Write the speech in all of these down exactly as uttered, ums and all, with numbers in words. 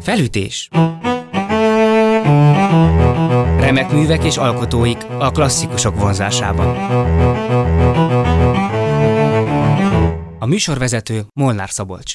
Felütés. Remek művek és alkotóik a klasszikusok vonzásában. A műsorvezető Molnár Szabolcs.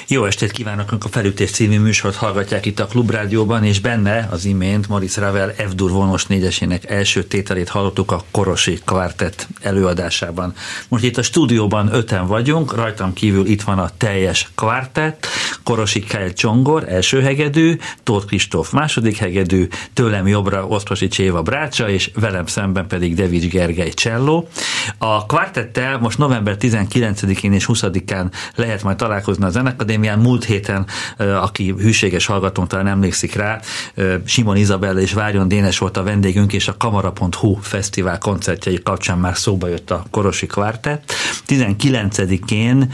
Jó estét kívánok, a Felütés című műsort hallgatják itt a Klubrádióban, és benne az imént Maurice Ravel F-dur vonós négyesének első tételét hallottuk a Korosi Kvartett előadásában. Most itt a stúdióban öten vagyunk, rajtam kívül itt van a teljes kvartett, Korosi Kyle Csongor első hegedű, Tóth Kristóf második hegedű, tőlem jobbra Osztrosics Éva brácsa, és velem szemben pedig Devics Gergely cselló. A kvartettel most november tizenkilencedikén és huszadikán lehet majd találkozni a Zenekadémián. Múlt héten, aki hűséges hallgatónk talán emlékszik rá, Simon Izabella és Várjon Dénes volt a vendégünk, és a kamara pont hu fesztivál koncertjei kapcsán már szóba jött a Korosi Kvartett. tizenkilencedikén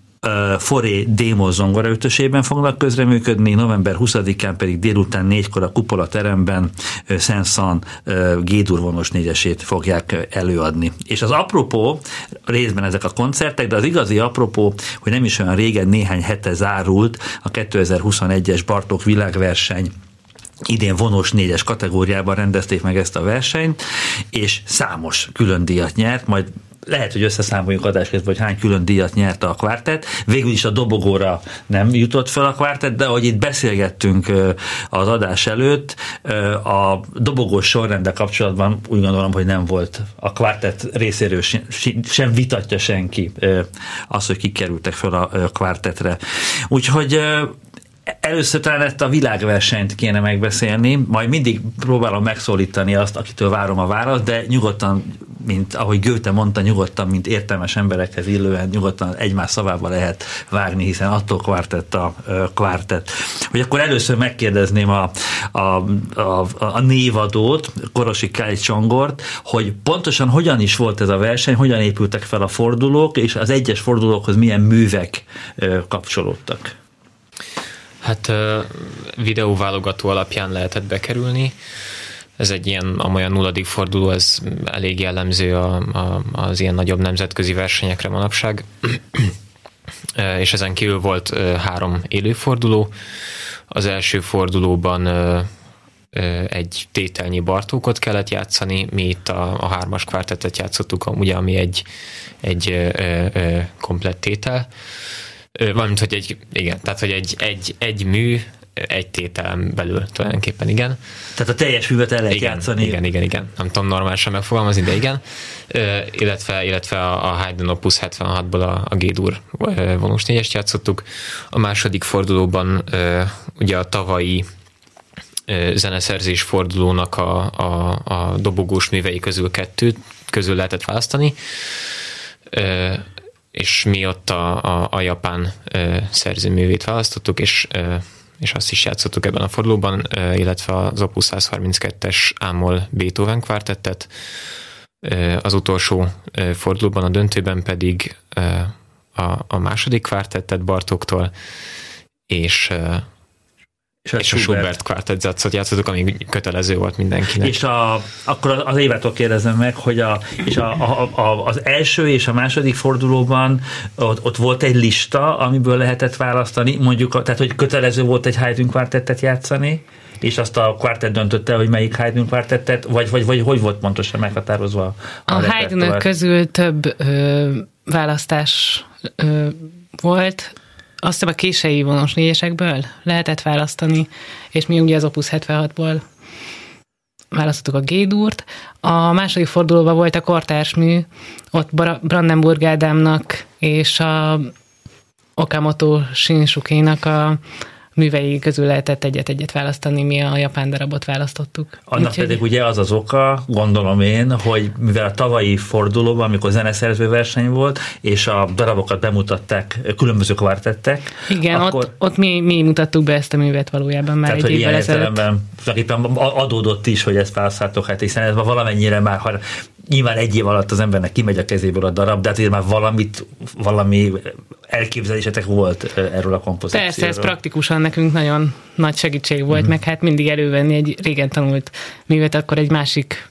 Foré Démos zongoraütösében fognak közreműködni, november huszadikán pedig délután négykor a Kupola teremben Saint-Saëns G-dur vonós négyesét fogják előadni. És az apropó, részben ezek a koncertek, de az igazi apropó, hogy nem is olyan régen, néhány hete zárult a kétezer-huszonegyes Bartók világverseny. Idén vonós négyes kategóriában rendezték meg ezt a versenyt, és számos külön díjat nyert, majd lehet, hogy összeszámoljuk adás közben, hogy hány külön díjat nyert a kvartett. Végül is a dobogóra nem jutott fel a kvartett, de ahogy itt beszélgettünk az adás előtt, a dobogós sorrenddel kapcsolatban úgy gondolom, hogy nem volt a kvartett részéről sem vitatja senki az, hogy kikerültek fel a kvartettre. Úgyhogy először talán ezt a világversenyt kéne megbeszélni, majd mindig próbálom megszólítani azt, akitől várom a választ, de nyugodtan, mint ahogy Goethe mondta, nyugodtan, mint értelmes emberekhez illően, nyugodtan egymás szavába lehet vágni, hiszen attól kvartett a kvartett. Hogy akkor először megkérdezném a, a, a, a névadót, Korosi Kyle Csongort, hogy pontosan hogyan is volt ez a verseny, hogyan épültek fel a fordulók, és az egyes fordulókhoz milyen művek kapcsolódtak. Hát videóválogató alapján lehetett bekerülni. Ez egy ilyen, amolyan nulladik forduló, ez elég jellemző a, a, az ilyen nagyobb nemzetközi versenyekre manapság. És ezen kívül volt három élőforduló. Az első fordulóban egy tételnyi Bartókot kellett játszani, mi itt a, a hármas kvartettet játszottuk, ugye, ami egy, egy komplett tétel. Valamint, hogy egy, igen, tehát, hogy egy, egy, egy mű, egy tételen belül tulajdonképpen, igen. Tehát a teljes művet el lehet igen, játszani. Igen, igen, igen. Nem tudom normálisan megfogalmazni, de igen. Ö, illetve, illetve a, a Haydn Opus hetvenhatból a, a G-dur vonós négyest játszottuk. A második fordulóban ö, ugye a tavalyi ö, zeneszerzés fordulónak a, a, a dobogós művei közül kettőt közül lehetett választani. Ö, és mi ott a, a, a japán ö, szerzőművét választottuk, és, ö, és azt is játszottuk ebben a fordulóban, ö, illetve az Opus százharminckettes A-moll Beethoven kvartettet. Ö, az utolsó ö, fordulóban, a döntőben pedig ö, a, a második kvartettet Bartóktól, és ö, És a, és a Schubert, Schubert kvartettet játszottuk, ami kötelező volt mindenkinek. És a, akkor az Évától kérdezem meg, hogy a, és a, a, a, az első és a második fordulóban ott, ott volt egy lista, amiből lehetett választani, mondjuk, tehát hogy kötelező volt egy Haydn kvartettet játszani, és azt a kvartett döntötte, hogy melyik Haydn kvartettet, vagy, vagy, vagy hogy volt pontosan meghatározva a A Haydnök közül több ö, választás ö, volt. Azt hiszem a késői vonós négyesekből lehetett választani, és mi ugye az Opus hetvenhatból választottuk a G-durt. A második fordulóban volt a kortársmű, ott Brandenburg Ádámnak és a Okamoto Shinsukénak a művei közül lehetett egyet-egyet választani, mi a japán darabot választottuk. Annak Úgyhogy... pedig ugye az az oka, gondolom én, hogy mivel a tavalyi fordulóban, amikor zeneszerző verseny volt, és a darabokat bemutatták különböző kvartettek. Igen, akkor... ott, ott mi, mi mutattuk be ezt a művet valójában már. Tehát, egy évvel ezelőtt. Tehát adódott is, hogy ezt választhatok, hát hiszen ez valamennyire már, ha nyilván egy év alatt az embernek kimegy a kezéből a darab, de hát már valamit, valami elképzelésetek volt erről a kompozícióról. Persze, ez praktikusan nekünk nagyon nagy segítség volt, mm-hmm. meg hát mindig elővenni egy régen tanult művet, akkor egy másik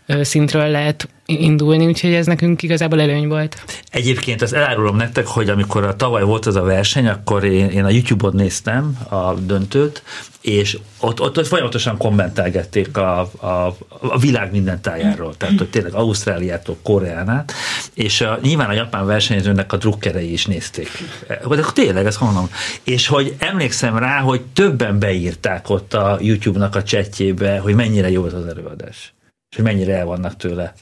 szintről lehet indulni, úgyhogy ez nekünk igazából előny volt. Egyébként azt elárulom nektek, hogy amikor a tavaly volt az a verseny, akkor én, én a YouTube-on néztem a döntőt, és ott, ott, ott folyamatosan kommentelgették a, a, a világ minden tájáról, tehát hogy tényleg Ausztráliától Koreán át, és a, nyilván a japán versenyzőnek a drukkerei is nézték. De tényleg, ezt mondom. És hogy emlékszem rá, hogy többen beírták ott a YouTube-nak a chatjébe, hogy mennyire jó az az előadás, és hogy mennyire el vannak tőle.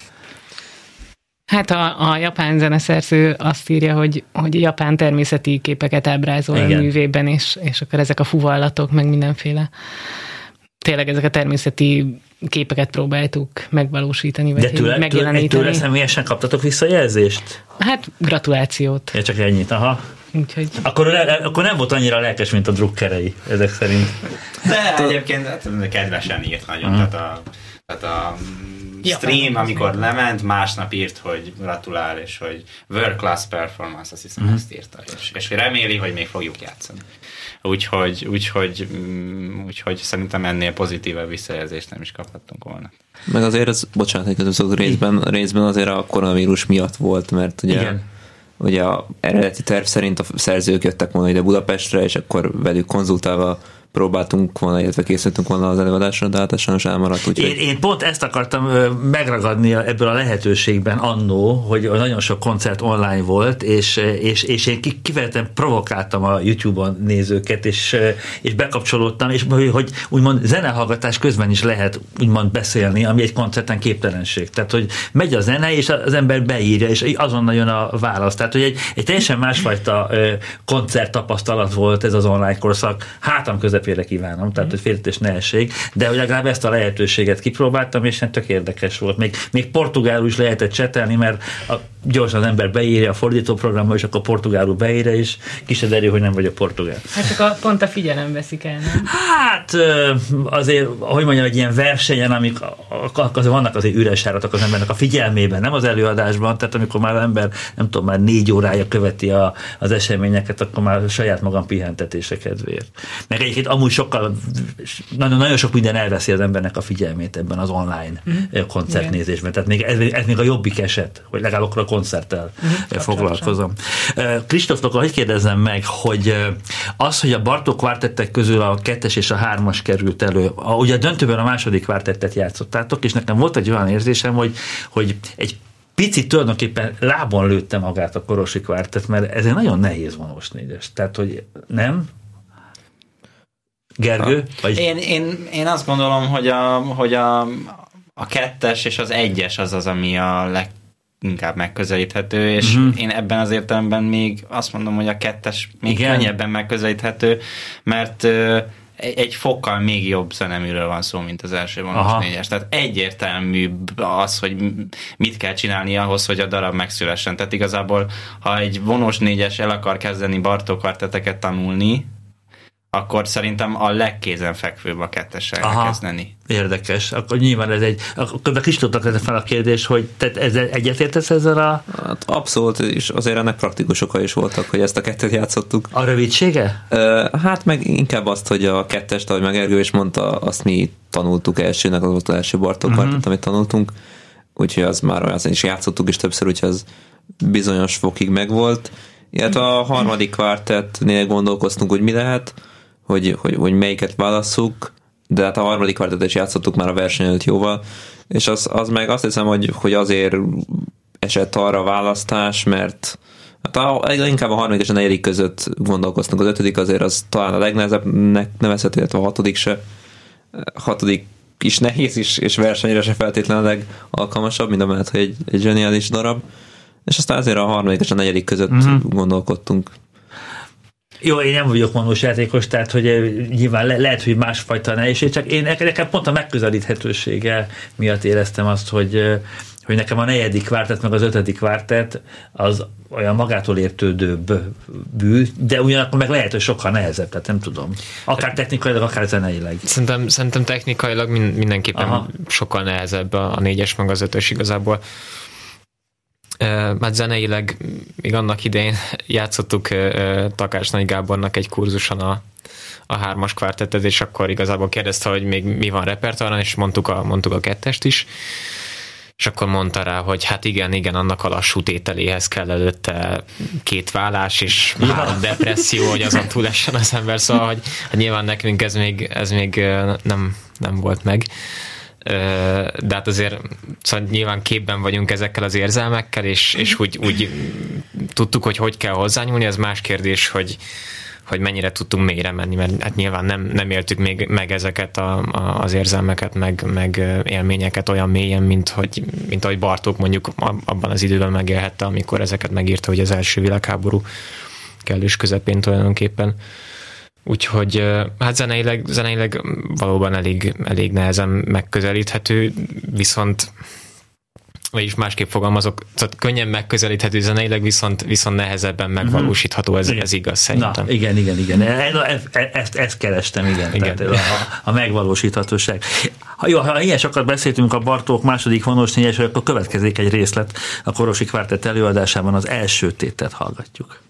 Hát a, a japán zeneszerző azt írja, hogy, hogy japán természeti képeket ábrázol a művében, és, és akkor ezek a fuvallatok, meg mindenféle. Tényleg ezek a természeti képeket próbáltuk megvalósítani, vagy de tőle, megjeleníteni. De tőle személyesen kaptatok visszajelzést? Hát gratulációt. Ja, csak ennyit, aha. Úgyhogy... Akkor, akkor nem volt annyira lelkes, mint a drukkerei, ezek szerint. De egyébként hát, kedvesen írt nagyon, uh-huh. tehát a, tehát a stream, ja, amikor lement, másnap írt, hogy gratulál, és hogy world class performance, azt hiszem, uh-huh. ezt írta, és, és reméli, hogy még fogjuk játszani. Úgyhogy, úgyhogy, úgyhogy szerintem ennél pozitívebb visszajelzést nem is kaphattunk volna. Meg azért ez, bocsánat, hogy közösszök részben, részben azért a koronavírus miatt volt, mert ugye, igen. ugye a eredeti terv szerint a szerzők jöttek volna ide Budapestre, és akkor velük konzultálva próbáltunk volna, illetve készültünk volna az előadásra, de hát ez sajnos elmaradt. Úgyhogy... Én, én pont ezt akartam megragadni ebből a lehetőségben annó, hogy nagyon sok koncert online volt, és, és, és én kifejezetten provokáltam a YouTube-on nézőket, és, és bekapcsolódtam, és hogy úgymond zenehallgatás közben is lehet úgymond beszélni, ami egy koncerten képtelenség. Tehát, hogy megy a zene, és az ember beírja, és azonnal jön a válasz. Tehát, hogy egy, egy teljesen másfajta koncert tapasztalat volt ez az online korszak. Hátam közepére kívánom, tehát hogy félretés ne essék, de hogy legalább ezt a lehetőséget kipróbáltam, és tök érdekes volt. Még, még portugálul is lehetett csetelni, mert a, gyorsan az ember beírja a fordítóprogramba, és akkor portugálul beírja, és ki se derül, hogy nem vagyok portugál. Hát csak a, pont a figyelem veszik el, nem? Hát azért, hogy mondjam, egy ilyen versenyen, amik azért vannak azért üres járatok az embernek a figyelmében, nem az előadásban, tehát amikor már az ember, nem tudom, már négy órája követi a, az eseményeket, akkor már saját magam pihentetése kedvéért. Meg egyébként amúgy sokkal, nagyon, nagyon sok minden elveszi az embernek a figyelmét ebben az online mm. koncertnézésben. Tehát még ez, ez még a jobbik eset, hogy legalább akkor a koncerttel mm. foglalkozom. Kristóftól, hogy kérdezzem meg, hogy az, hogy a Bartók kvártettek közül a kettes és a hármas került elő, a, ugye a döntőben a második kvártettet játszottátok, és nekem volt egy olyan érzésem, hogy, hogy egy picit tulajdonképpen lábon lőtte magát a Korosi kvártett, mert ez egy nagyon nehéz vonós négyes. Tehát, hogy nem? Gergő? Vagy... Én, én, én azt gondolom, hogy, a, hogy a, a kettes és az egyes az az, ami a leginkább megközelíthető, és uh-huh. én ebben az értelemben még azt mondom, hogy a kettes még igen. könnyebben megközelíthető, mert egy fokkal még jobb zeneműről van szó, mint az első vonós négyes. Tehát egyértelműbb az, hogy mit kell csinálni ahhoz, hogy a darab megszülessen. Tehát igazából, ha egy vonós négyes el akar kezdeni Bartók kvarteteket tanulni, akkor szerintem a legkézenfekvőbb a kettessel elkezdeni. Érdekes. Akkor nyilván ez egy... Akkor a Kristófnak ez fel a kérdés, hogy te ezzel egyetértesz ezzel a... Hát abszolút, és azért ennek praktikus okai is voltak, hogy ezt a kettőt játszottuk. A rövidsége? Hát meg inkább azt, hogy a kettest, ahogy meg Gergő is mondta, azt mi tanultuk elsőnek, az volt az első Bartók kvartett, uh-huh. amit tanultunk, úgyhogy az már olyan is játszottuk is többször, úgyhogy az bizonyos fokig megvolt. Illetve a harmadik kvártettnél gondolkoztunk, hogy mi lehet, Hogy, hogy, hogy melyiket válasszuk, de hát a harmadik kvartettet is játszottuk már a verseny előtt jóval, és az, az meg azt hiszem, hogy, hogy azért esett arra a választás, mert hát a, inkább a harmadik és a negyedik között gondolkoztunk. Az ötödik azért az talán a legnehezebbnek nevezhető, illetve a hatodik se. A hatodik is nehéz is, és versenyre se feltétlenül a legalkalmasabb, mind a mellett, hogy egy, egy zseniális darab. És aztán azért a harmadik és a negyedik között mm-hmm. gondolkodtunk. Jó, én nem vagyok vonós játékos, tehát hogy nyilván le, lehet, hogy másfajta nehézség, csak én nekem pont a megközelíthetősége miatt éreztem azt, hogy, hogy nekem a negyedik kvártett, meg az ötödik kvártett az olyan magától értődőbb bű, de ugyanakkor meg lehet, hogy sokkal nehezebb, tehát nem tudom. Akár technikailag, akár zeneileg. Szerintem, szerintem technikailag mindenképpen Aha. sokkal nehezebb a négyes, meg az ötös igazából. Mert zeneileg még annak idején játszottuk Takács Nagy Gábornak egy kurzuson a, a hármas kvártettet, és akkor igazából kérdezte, hogy még mi van repertoáron, és mondtuk a, mondtuk a kettest is. és akkor mondta rá, hogy hát igen, igen, annak a lassú tételéhez kell előtte két vállás és ja. három depresszió, hogy azon túl essen az ember, szóval, hogy, hogy nyilván nekünk ez még, ez még nem, nem volt meg. De hát azért szóval nyilván képben vagyunk ezekkel az érzelmekkel, és, és úgy, úgy tudtuk, hogy hogy kell hozzányúlni, ez más kérdés, hogy hogy mennyire tudtunk mélyre menni, mert hát nyilván nem, nem éltük még meg ezeket a, a, az érzelmeket, meg, meg élményeket olyan mélyen, mint, hogy, mint ahogy Bartók mondjuk abban az időben megélhette, amikor ezeket megírta, hogy az első világháború kellős közepén tulajdonképpen. Úgyhogy hát zeneileg, zeneileg valóban elég, elég nehezen megközelíthető, viszont vagyis másképp fogalmazok, tehát könnyen megközelíthető zeneileg, viszont, viszont nehezebben megvalósítható, ez, ez igaz szerintem. Na, igen, igen, igen. Ezt, ezt kerestem, igen. igen. Tehát a, a megvalósíthatóság. Ha jó, ha ilyen sokat beszéltünk a Bartók második vonos négyesről, akkor következik egy részlet a Korosi Kvártett előadásában, az első tételt hallgatjuk.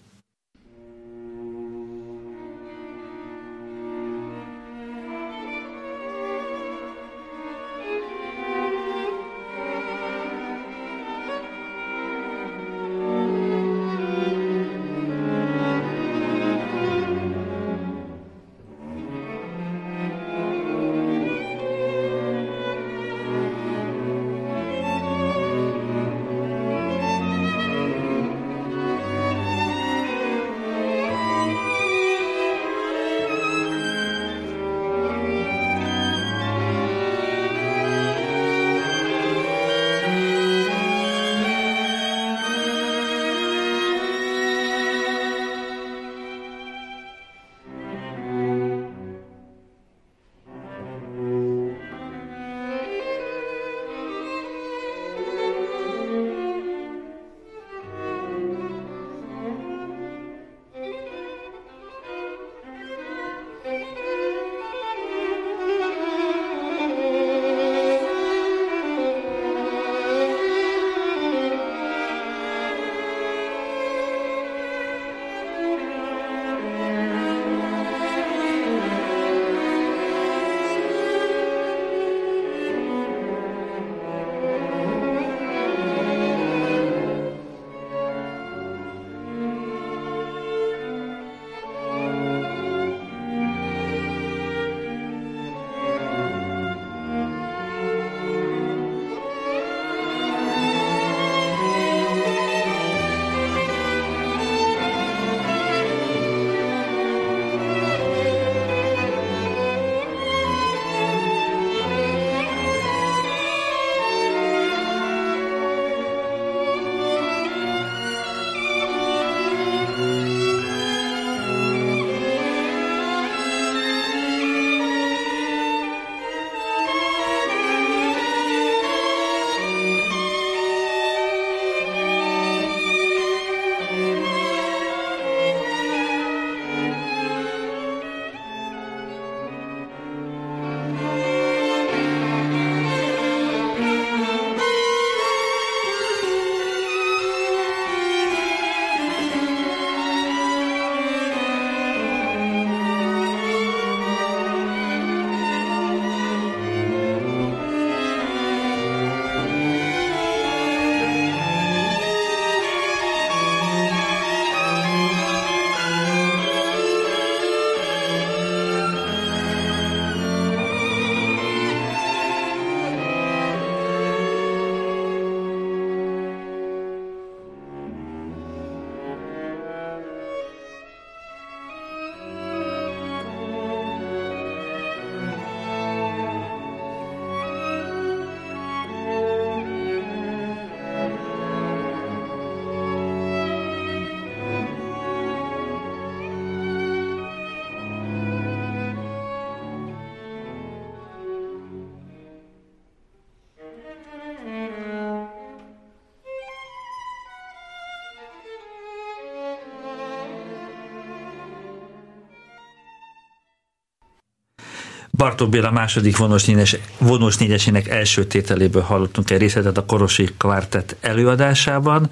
Bartók Béla második vonós, négyes, vonós négyesének első tételéből hallottunk egy részletet a Korosi Kvártett előadásában.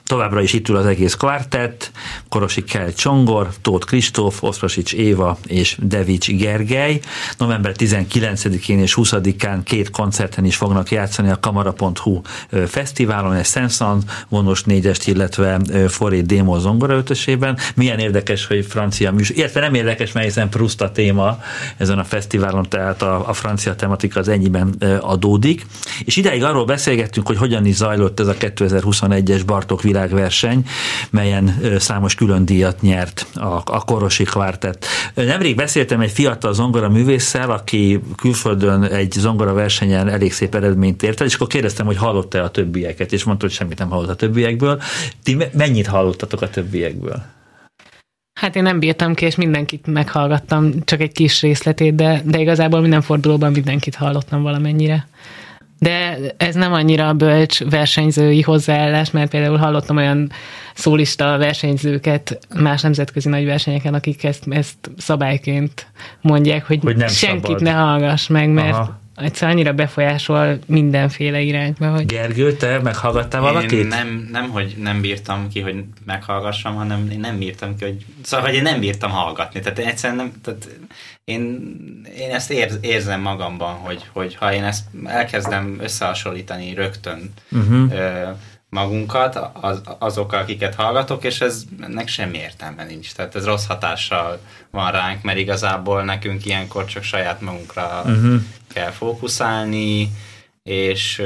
Továbbra is itt ül az egész kvartett, Korosi Kell Csongor, Tóth Kristóf, Oszprosics Éva és Devics Gergely. november tizenkilencedikén és huszadikán két koncerten is fognak játszani a kamara pont hu fesztiválon, egy Saint-Saëns vonós négyest, illetve Fauré Démo zongora ötösében. Milyen érdekes, hogy francia műsor, illetve nem érdekes, mert hiszen Proust a téma ezen a fesztiválon, tehát a, a francia tematika az ennyiben adódik. És ideig arról beszélgettünk, hogy hogyan is zajlott ez a kétezer-huszonegyes Bartók világverseny, melyen számos külön díjat nyert a, a Korosi Kvartett. Nemrég beszéltem egy fiatal zongora művésszel, aki külföldön egy zongora versenyen elég szép eredményt ért el, és akkor kérdeztem, hogy hallott-e a többieket, és mondta, hogy semmit nem hallott a többiekből. Ti mennyit hallottatok a többiekből? Hát én nem bírtam ki, és mindenkit meghallgattam, csak egy kis részletét, de, de igazából minden fordulóban mindenkit hallottam valamennyire. De ez nem annyira bölcs versenyzői hozzáállás, mert például hallottam olyan szólista versenyzőket más nemzetközi nagy versenyeken, akik ezt, ezt szabályként mondják, hogy, hogy senkit szabad. Ne hallgass meg, mert Aha. egyszer annyira befolyásol mindenféle irányba. Hogy... Gergő, te meghallgattál valakit? Én nem, nem, hogy nem bírtam ki, hogy meghallgassam, hanem én nem bírtam ki, hogy... Szóval, hogy én nem bírtam hallgatni. Tehát egyszerűen nem... Tehát én, én ezt érz, érzem magamban, hogy, hogy ha én ezt elkezdem összehasonlítani rögtön uh-huh. ö, magunkat az, azokkal, akiket hallgatok, és ez, ennek semmi értelme nincs. Tehát ez rossz hatással van ránk, mert igazából nekünk ilyenkor csak saját magunkra uh-huh. kell fókuszálni, és,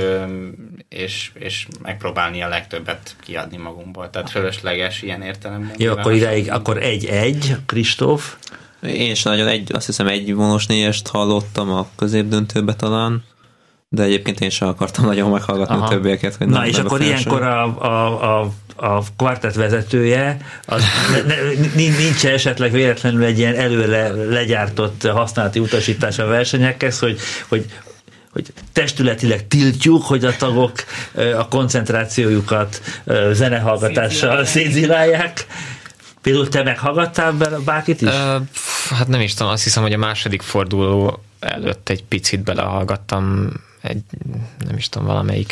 és, és megpróbálni a legtöbbet kiadni magunkból. Tehát fölösleges ilyen értelemben. Jó, akkor ideig, akkor egy-egy, Kristóf. Én is nagyon egy, azt hiszem egy vonós négyest hallottam a középdöntőbe talán, de egyébként én sem akartam nagyon meghallgatni Aha. a többieket. Hogy Na és akkor ilyenkor a, a, a, a kvartett vezetője, az ne, ne, nincs esetleg véletlenül egy ilyen előre legyártott használati utasítás a versenyekhez, hogy, hogy hogy testületileg tiltjuk, hogy a tagok a koncentrációjukat zenehallgatással szétzilálják. Például te meghallgattál bárkit is? Uh, hát nem is tudom, azt hiszem, hogy a második forduló előtt egy picit belehallgattam egy, nem is tudom, valamelyik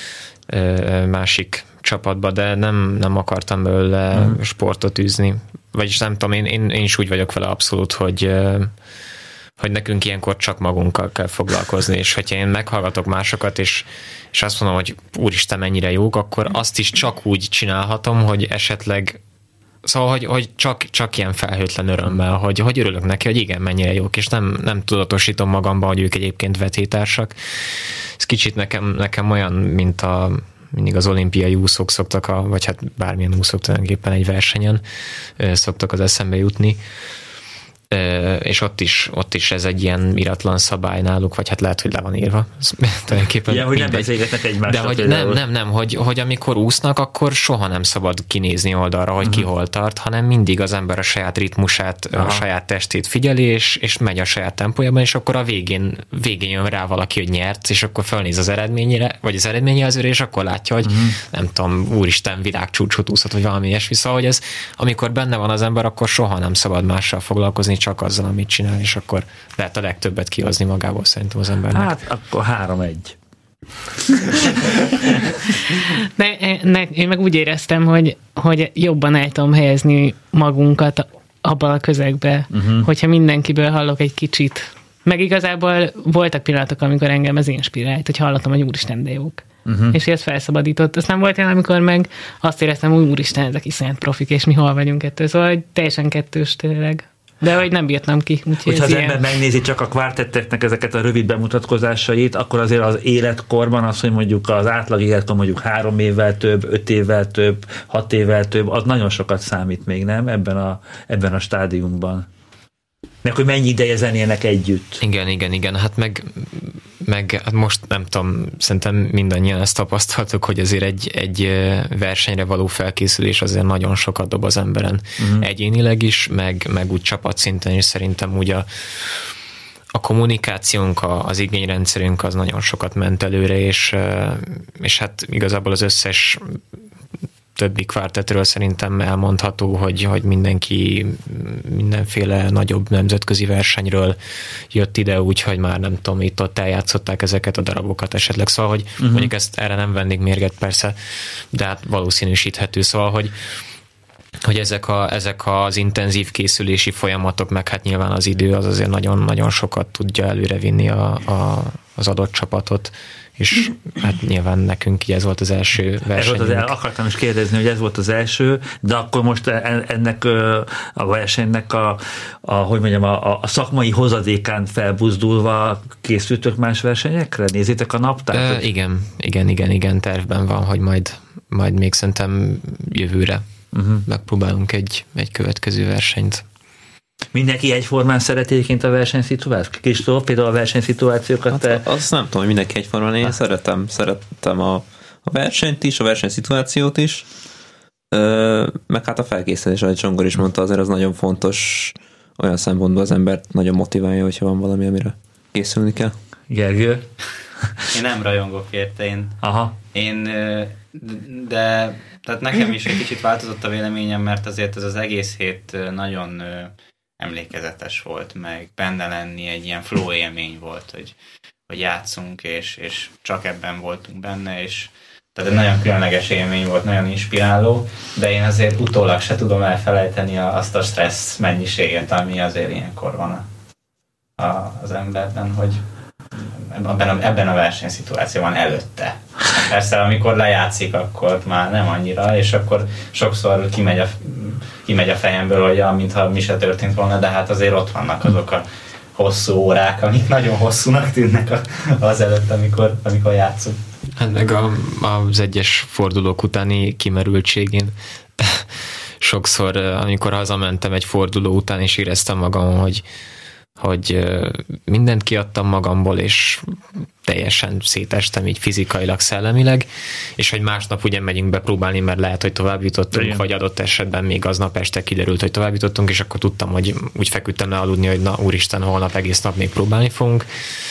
uh, másik csapatba, de nem, nem akartam belőle uh-huh. sportot űzni. Vagyis nem tudom, én, én, én is úgy vagyok vele abszolút, hogy uh, hogy nekünk ilyenkor csak magunkkal kell foglalkozni, és hogyha én meghallgatok másokat, és, és azt mondom, hogy úristen, mennyire jók, akkor azt is csak úgy csinálhatom, hogy esetleg Szóval, hogy, hogy csak, csak ilyen felhőtlen örömmel, hogy, hogy örülök neki, hogy igen, mennyire jók, és nem, nem tudatosítom magamban, hogy ők egyébként vetétársak. Ez kicsit nekem, nekem olyan, mint a mindig az olimpiai úszók szoktak, a, vagy hát bármilyen úszók tulajdonképpen egy versenyen szoktak az eszembe jutni, és ott is, ott is ez egy ilyen iratlan szabály náluk, vagy hát lehet, hogy le van írva. Tulajdonképpen ja, hogy nem beszélgetnek egymással. De hogy nem, nem, nem, hogy, hogy amikor úsznak, akkor soha nem szabad kinézni oldalra, hogy uh-huh. ki hol tart, hanem mindig az ember a saját ritmusát, Aha. a saját testét figyeli, és, és megy a saját tempójában, és akkor a végén, végén jön rá valaki, hogy nyert, és akkor fölnéz az eredményére, vagy az eredményjelzőre, és akkor látja, hogy uh-huh. nem tudom, úristen, világcsúcsot úszott, vagy valami ilyesmi. Szóval, hogy ez, amikor benne van az ember, akkor soha nem szabad mással foglalkozni, csak azzal, amit csinál, és akkor lehet a legtöbbet kihozni magából szerintem az embernek. Hát akkor három-egy. Ne, ne, én meg úgy éreztem, hogy, hogy jobban el tudom helyezni magunkat abban a közegbe, uh-huh. hogyha mindenkiből hallok egy kicsit. Meg igazából voltak pillanatok, amikor engem ez inspirált, hogy hallottam, hogy úristen, de jók. Uh-huh. És ez felszabadított. Aztán volt olyan, amikor meg azt éreztem, hogy úristen, ezek iszonyat profik, és mi hol vagyunk ettől. Szóval hogy teljesen kettős tényleg. De hogy nem bírtam ki. Hogyha az ilyen... ember megnézi csak a kvartetteknek ezeket a rövid bemutatkozásait, akkor azért az életkorban az, hogy mondjuk az átlag életkor mondjuk három évvel több, öt évvel több, hat évvel több, az nagyon sokat számít még, nem? Ebben a, ebben a stádiumban. Meg hogy mennyi ideje zenélnek együtt. Igen, igen, igen. Hát meg, meg hát most nem tudom, szerintem mindannyian ezt tapasztaltuk, hogy azért egy, egy versenyre való felkészülés azért nagyon sokat dob az emberen. Uh-huh. Egyénileg is, meg, meg úgy csapatszinten is szerintem úgy a, a kommunikációnk, az igényrendszerünk az nagyon sokat ment előre, és, és hát igazából az összes többi kvártetről szerintem elmondható, hogy, hogy mindenki mindenféle nagyobb nemzetközi versenyről jött ide, úgyhogy már nem tudom, itt-ott eljátszották ezeket a darabokat esetleg, szóval, hogy uh-huh. mondjuk ezt erre nem vennék mérget persze, de hát valószínűsíthető, szóval, hogy hogy ezek, a, ezek az intenzív készülési folyamatok, meg hát nyilván az idő az azért nagyon-nagyon sokat tudja előrevinni a, a, az adott csapatot, és hát nyilván nekünk így ez volt az első versenyünk. Ez volt az el, akartam is kérdezni, hogy ez volt az első, de akkor most ennek a versenynek a, a hogy mondjam, a, a szakmai hozadékán felbuzdulva készültök más versenyekre? Nézitek a naptárt? E, igen, igen, igen, igen, tervben van, hogy majd, majd még szerintem jövőre uh-huh. megpróbálunk egy, egy következő versenyt. Mindenki egyformán szereti egyébként a versenyszituációt? Kristóf, például a versenyszituációkat hát, te... Azt nem tudom, hogy mindenki egyformán, én hát. szeretem, szeretem a, a versenyt is, a versenyszituációt is, Ö, meg hát a felkészülés, ahogy Csongor is mondta, azért az nagyon fontos, olyan szempontból az embert nagyon motiválja, hogyha van valami, amire készülni kell. Gergő? Én nem rajongok érte, én, Aha. én de tehát nekem is egy kicsit változott a véleményem, mert azért ez az egész hét nagyon emlékezetes volt, meg benne lenni egy ilyen flow élmény volt, hogy, hogy játszunk, és, és csak ebben voltunk benne, és tehát egy nagyon különleges élmény volt, nagyon inspiráló, de én azért utólag se tudom elfelejteni azt a stressz mennyiséget, ami azért ilyenkor van a, a, az emberben, hogy ebben a, ebben a versenyszituációban előtte. Persze, amikor lejátszik, akkor már nem annyira, és akkor sokszor kimegy a, kimegy a fejemből, hogy ja, mintha mi se történt volna, de hát azért ott vannak azok a hosszú órák, amik nagyon hosszúnak tűnnek az előtt, amikor, amikor játszunk. Hát meg a, az egyes fordulók utáni kimerültségén sokszor, amikor hazamentem egy forduló után, és éreztem magam, hogy hogy mindent kiadtam magamból, és teljesen szétestem így fizikailag, szellemileg, és hogy másnap ugye megyünk bepróbálni, mert lehet, hogy tovább jutottunk, igen. vagy adott esetben még aznap este kiderült, hogy tovább jutottunk, és akkor tudtam, hogy úgy feküdtem le aludni, hogy na úristen, holnap egész nap még próbálni fogunk.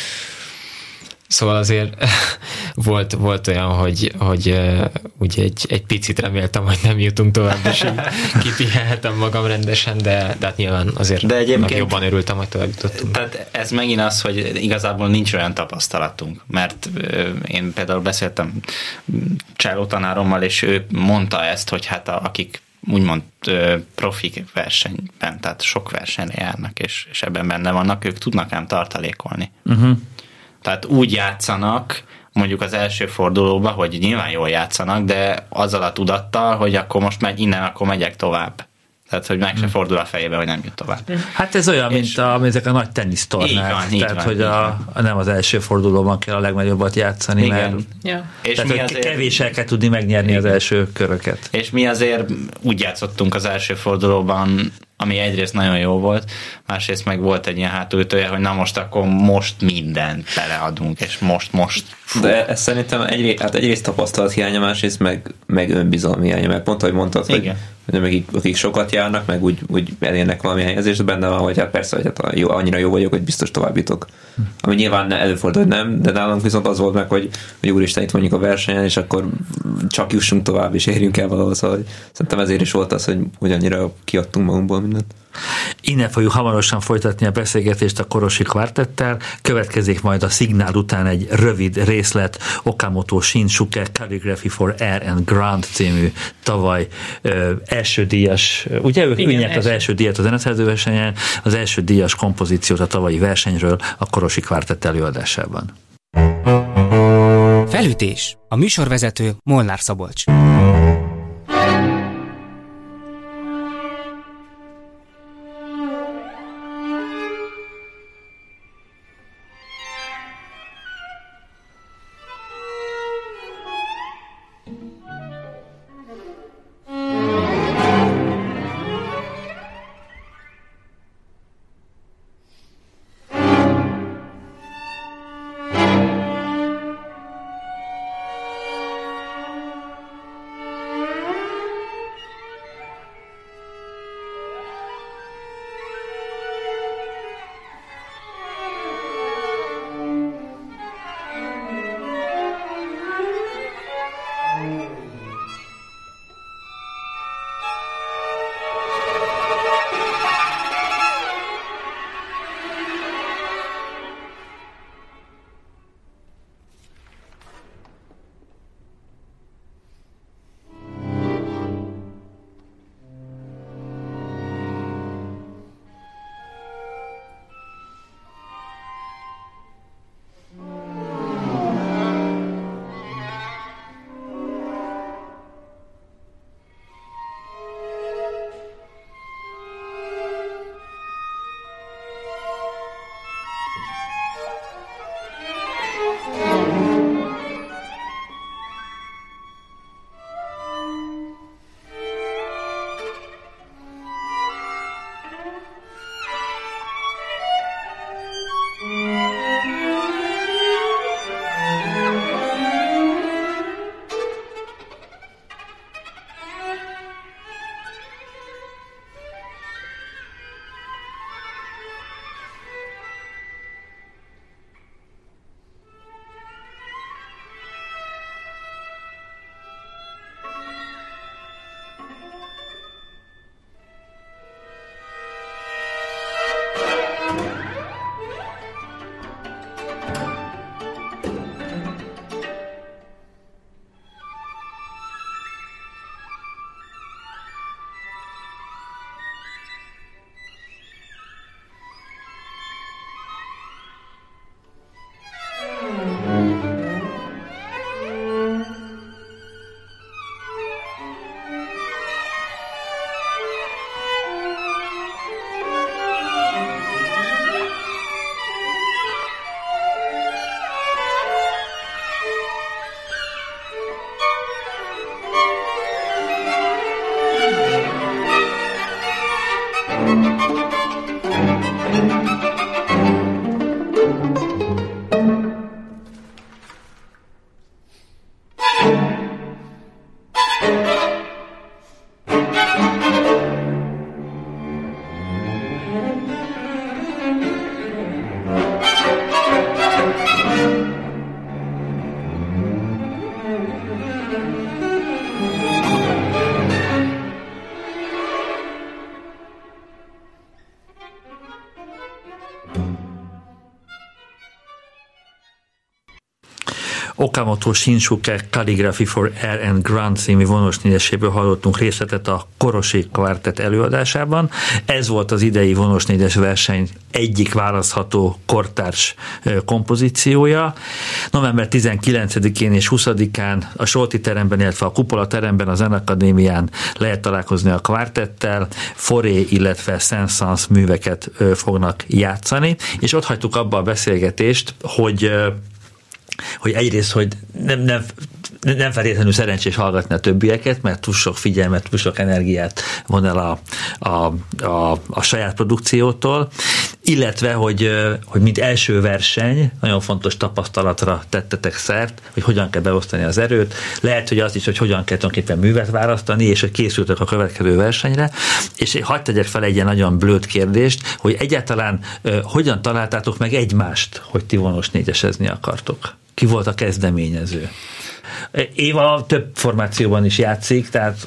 Szóval azért volt, volt olyan, hogy, hogy uh, ugye egy, egy picit reméltem, hogy nem jutunk tovább, és így kipihenhetem magam rendesen, de, de hát nyilván azért de jobban örültem, hogy tovább jutottunk. Tehát ez megint az, hogy igazából nincs olyan tapasztalatunk, mert uh, én például beszéltem cselló tanárommal, és ő mondta ezt, hogy hát a, akik úgymond uh, profik versenyben, tehát sok versenyre járnak, és, és ebben benne vannak, ők tudnak ám tartalékolni. Uh-huh. Tehát úgy játszanak, mondjuk az első fordulóban, hogy nyilván jól játszanak, de azzal a tudattal, hogy akkor most megy innen, akkor megyek tovább. Tehát, hogy meg se fordul a fejébe, hogy nem jut tovább. Hát ez olyan, és mint a, ezek a nagy tenisztornák. Van, Tehát, van, hogy a, nem az első fordulóban kell a legnagyobbat játszani, igen. mert ja. és tehát, mi azért, kevéssel kell tudni megnyerni igen. az első köröket. És mi azért úgy játszottunk az első fordulóban, ami egyrészt nagyon jó volt, másrészt meg volt egy ilyen hátulütője, hogy na most akkor most mindent beleadunk, és most, most. Fú. De ez szerintem egyrészt, hát egyrészt tapasztalat hiánya, másrészt meg, meg önbizalmi hiánya, mert pont, ahogy mondtad, igen. hogy, hogy akik, akik sokat járnak, meg úgy, úgy elérnek valami helyezést, benne van, hogy hát persze, hogy hát jó, annyira jó vagyok, hogy biztos tovább jutok. Ami nyilván előfordul, hogy nem, de nálunk viszont az volt meg, hogy, hogy úristen, itt mondjuk a versenyen, és akkor csak jussunk tovább, és érjünk el valahol, szóval szerintem ezért is volt az, hogy, hogy annyira kiadtunk magunkból mindent. Innen fogjuk hamarosan folytatni a beszélgetést a Korosi Kvartettel. Következik majd a szignál után egy rövid részlet Okamoto Shinsuke Calligraphy for Air and Ground című tavaly ö, első díjas, ugye ők nyert az első díjat a zeneszerző versenyen, az első díjas kompozíciót a tavalyi versenyről a Korosi Kvartett előadásában. Felütés. A műsorvezető Molnár Szabolcs. Okamoto Shinsuke Calligraphy for Air and Ground című vonós négyeséből hallottunk részletet a Korosi Kvartett előadásában. Ez volt az idei vonós négyes verseny egyik választható kortárs kompozíciója. november tizenkilencedikén és huszadikán a Solti teremben, illetve a Kupola teremben, a Zenakadémián lehet találkozni a kvartettel, Foré, illetve Saint-Saëns műveket fognak játszani, és ott hagytuk abba a beszélgetést, hogy hogy egyrészt, hogy nem, nem, nem feltétlenül szerencsés hallgatni a többieket, mert túl sok figyelmet, túl sok energiát von el a, a, a, a saját produkciótól, illetve, hogy, hogy mint első verseny nagyon fontos tapasztalatra tettetek szert, hogy hogyan kell beosztani az erőt, lehet, hogy az is, hogy hogyan kell tulajdonképpen művet választani, és hogy készültek a következő versenyre, és hagyd tegyek fel egy ilyen nagyon blőd kérdést, hogy egyáltalán hogyan találtátok meg egymást, hogy ti vonós négyesezni akartok? Ki volt a kezdeményező? Éva több formációban is játszik, tehát...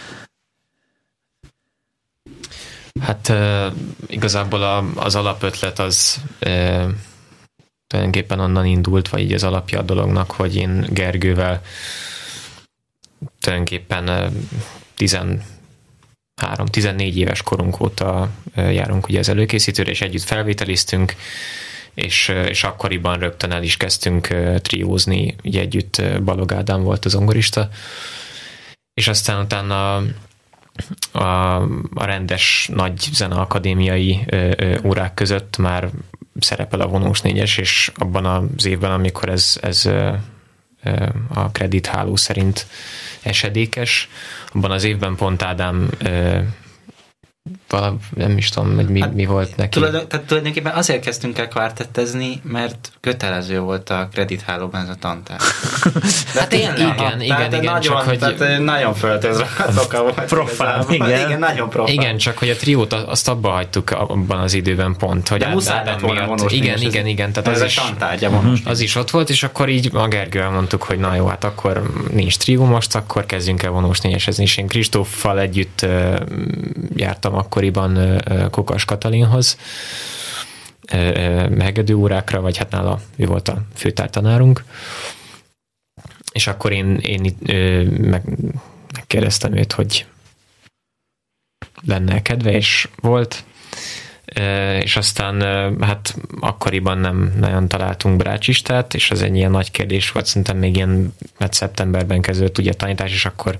Hát uh, igazából a, az alapötlet az uh, tulajdonképpen onnan indult, vagy így az alapja a dolognak, hogy én Gergővel tulajdonképpen uh, tizenhárom-tizennégy éves korunk óta uh, járunk ugye az előkészítőre, és együtt felvételiztünk, és, és akkoriban rögtön el is kezdtünk uh, triózni, ugye együtt uh, Balog Ádám volt az zongorista, és aztán utána a, a rendes nagy zeneakadémiai ö, ö, órák között már szerepel a vonós négyes, és abban az évben, amikor ez, ez ö, ö, a kreditháló szerint esedékes, abban az évben pont Ádám ö, valami, nem is tudom, hogy mi, hát, mi volt neki. Tulajdon, tehát tulajdonképpen azért kezdtünk el kvartettezni, mert kötelező volt a kredithálóban ez a tantár. De hát igen, igen, igen, igen, nagyon, csak hogy... Tehát nagyon föltözve volt. Profán, igen. igen. Nagyon profán. Igen, csak hogy a triót azt abba hagytuk abban az időben pont, hogy de muszáj lett volna vonós igen, négyes, igen, igen, tehát ez az is, tantárgya vonós az is ott volt, és akkor így a Gergővel mondtuk, hogy na jó, hát akkor nincs trió most, akkor kezdjünk el vonós négyesezni, és én Kristóffal együtt uh, jártam akkoriban uh, Kokas Katalinhoz uh, megedő órákra, vagy hát nála ő volt a főtártanárunk, és akkor én, én uh, meg, megkérdeztem őt, hogy lenne kedve, és volt, és aztán hát akkoriban nem nagyon találtunk brácsistát, és az egy ilyen nagy kérdés volt, szerintem még ilyen, mert szeptemberben kezdődött ugye a tanítás, és akkor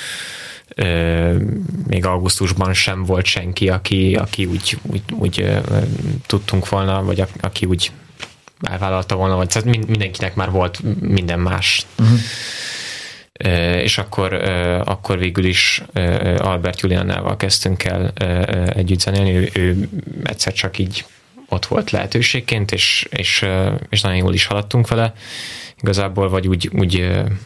még augusztusban sem volt senki, aki, aki úgy, úgy, úgy tudtunk volna, vagy aki úgy elvállalta volna, vagy tehát mindenkinek már volt minden más. Uh-huh. És akkor, akkor végül is Albert Juliannával kezdtünk el együtt zenélni, ő, ő egyszer csak így ott volt lehetőségként, és, és, és nagyon jól is haladtunk vele. Igazából vagy úgy, úgy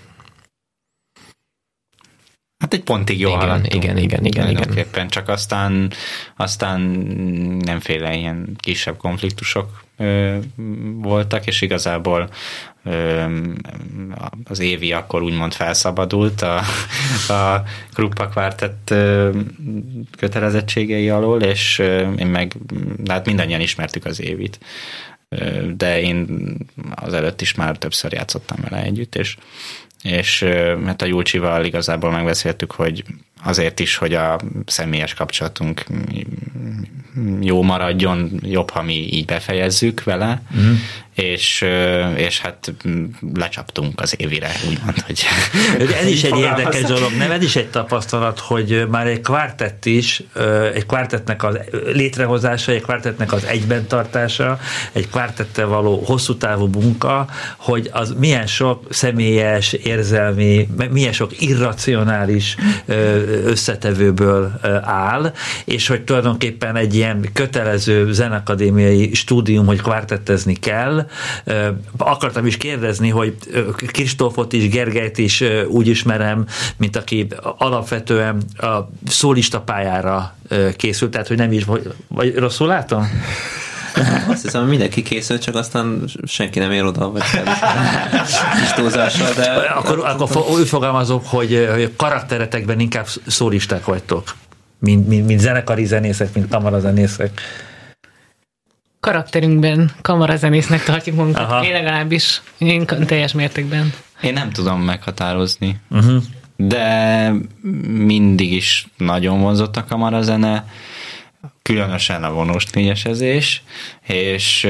hát egy pontig jól igen, haladtunk. Igen, igen, igen, igen. Éppen csak aztán, aztán nemféle ilyen kisebb konfliktusok ö, voltak, és igazából ö, az Évi akkor úgymond felszabadult a, a Kruppa Kvartett kötelezettségei alól, és ö, én meg, hát mindannyian ismertük az Évit, ö, de én azelőtt is már többször játszottam vele együtt, és és hát a Julcsival igazából megbeszéltük, hogy azért is, hogy a személyes kapcsolatunk jó maradjon, jobb, ha mi így befejezzük vele, mm. és, és hát lecsaptunk az Évire, úgymond, hogy... Ez is egy érdekes dolog, nem? Ez is egy tapasztalat, hogy már egy kvartett is, egy kvartettnek az létrehozása, egy kvartettnek az egyben tartása, egy kvartettel való hosszú távú munka, hogy az milyen sok személyes, érzelmi, milyen sok irracionális összetevőből áll, és hogy tulajdonképpen egy ilyen kötelező zenakadémiai stúdium, hogy kvartettezni kell. Akartam is kérdezni, hogy Kristófot is, Gergelyt is úgy ismerem, mint aki alapvetően a szólista pályára készült, tehát hogy nem is, vagy rosszul látom? Azt hiszem, hogy mindenki készül, csak aztán senki nem ér oda, vagy kis túlzással, de... Akkor, akkor úgy fogalmazok, hogy, hogy karakteretekben inkább szólisták vagytok, mint, mint, mint zenekari zenészek, mint kamarazenészek. karakterünkben kamarazenésznek tartjuk magunkat. Aha. Én legalábbis, én teljes mértékben. Én nem tudom meghatározni, Uh-huh. de mindig is nagyon vonzott a kamarazene, különösen a vonós négyesezés, és,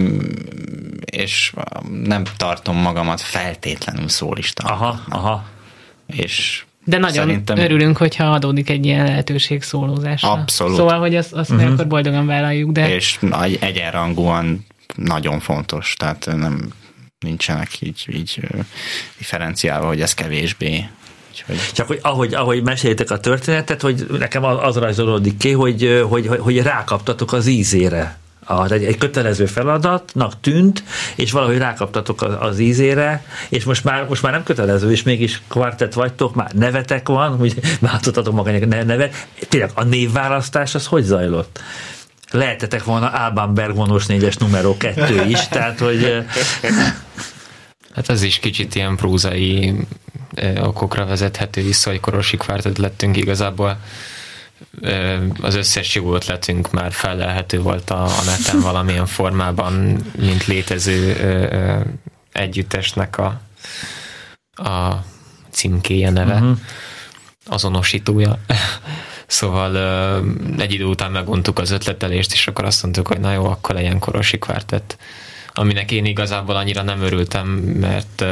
és nem tartom magamat feltétlenül szólistának. Aha, aha. És De nagyon szerintem örülünk, hogyha adódik egy ilyen lehetőség szólózásra. Abszolút. Szóval, hogy azt, azt uh-huh. akkor boldogan vállaljuk, de... És egyenrangúan nagyon fontos, tehát nem nincsenek így, így differenciálva, hogy ez kevésbé. Úgyhogy... Csak hogy ahogy, ahogy mesélitek a történetet, hogy nekem az rajzolódik ki, hogy, hogy, hogy, hogy rákaptatok az ízére. Egy, egy kötelező feladatnak tűnt, és valahogy rákaptatok az, az ízére, és most már, most már nem kötelező, és mégis kvartett vagytok, már nevetek van, hogy váltottatok magának nevet. Tényleg a névválasztás az hogy zajlott? Lehetetek volna Alban Berg vonós négyes numero kettő is, tehát hogy... Hát ez is kicsit ilyen prózai okokra vezethető vissza, hogy Korosi Kvartett lettünk igazából. Az összes jó ötletünk már fellelhető volt a, a neten valamilyen formában, mint létező együttesnek a, a címkéje neve, uh-huh. azonosítója. Szóval egy idő után meguntuk az ötletelést, és akkor azt mondtuk, hogy na jó, akkor legyen Korosi Kvartett. Aminek én igazából annyira nem örültem, mert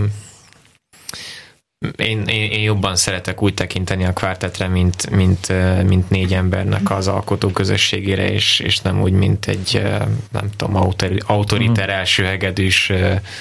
Én, én, én jobban szeretek úgy tekinteni a kvártettre, mint, mint, mint négy embernek az alkotó közösségére, és, és nem úgy, mint egy, nem tudom, autori, autoriter elsőhegedűs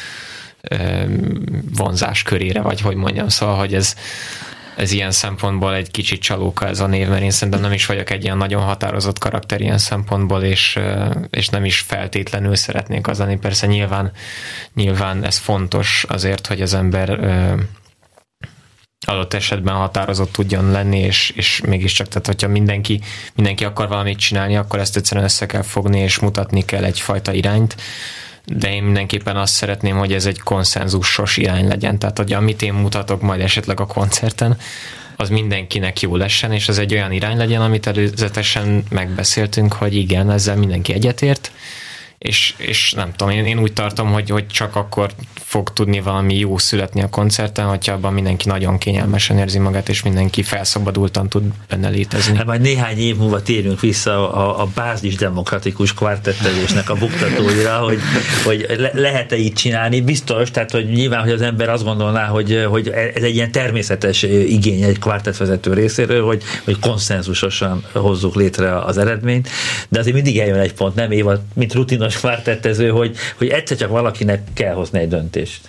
vonzás körére, vagy hogy mondjam, szóval, hogy ez, ez ilyen szempontból egy kicsit csalóka ez a név, mert én szerintem nem is vagyok egy ilyen nagyon határozott karakter ilyen szempontból, és, és nem is feltétlenül szeretnék az lenni. Persze nyilván, nyilván ez fontos azért, hogy az ember adott esetben határozott tudjon lenni, és, és mégiscsak, tehát hogyha mindenki, mindenki akar valamit csinálni, akkor ezt egyszerűen össze kell fogni, és mutatni kell egyfajta irányt, de én mindenképpen azt szeretném, hogy ez egy konszenzusos irány legyen, tehát hogy amit én mutatok majd esetleg a koncerten, az mindenkinek jó lessen, és az egy olyan irány legyen, amit előzetesen megbeszéltünk, hogy igen, ezzel mindenki egyetért, és, és nem tudom, én, én úgy tartom, hogy, hogy csak akkor fog tudni valami jó születni a koncerten, hogyha abban mindenki nagyon kényelmesen érzi magát, és mindenki felszabadultan tud benne létezni. Hát majd néhány év múlva térünk vissza a, a bázis demokratikus kvartettezésnek a buktatóira, hogy, hogy le, lehet-e így csinálni. Biztos, tehát hogy nyilván, hogy az ember azt gondolná, hogy, hogy ez egy ilyen természetes igény egy kvartettvezető részéről, hogy, hogy konszenzusosan hozzuk létre az eredményt, de azért mindig eljön egy pont, nem Éva, mint rutinos kvartettező, hogy, hogy egyszer csak valakinek kell hozni egy döntést.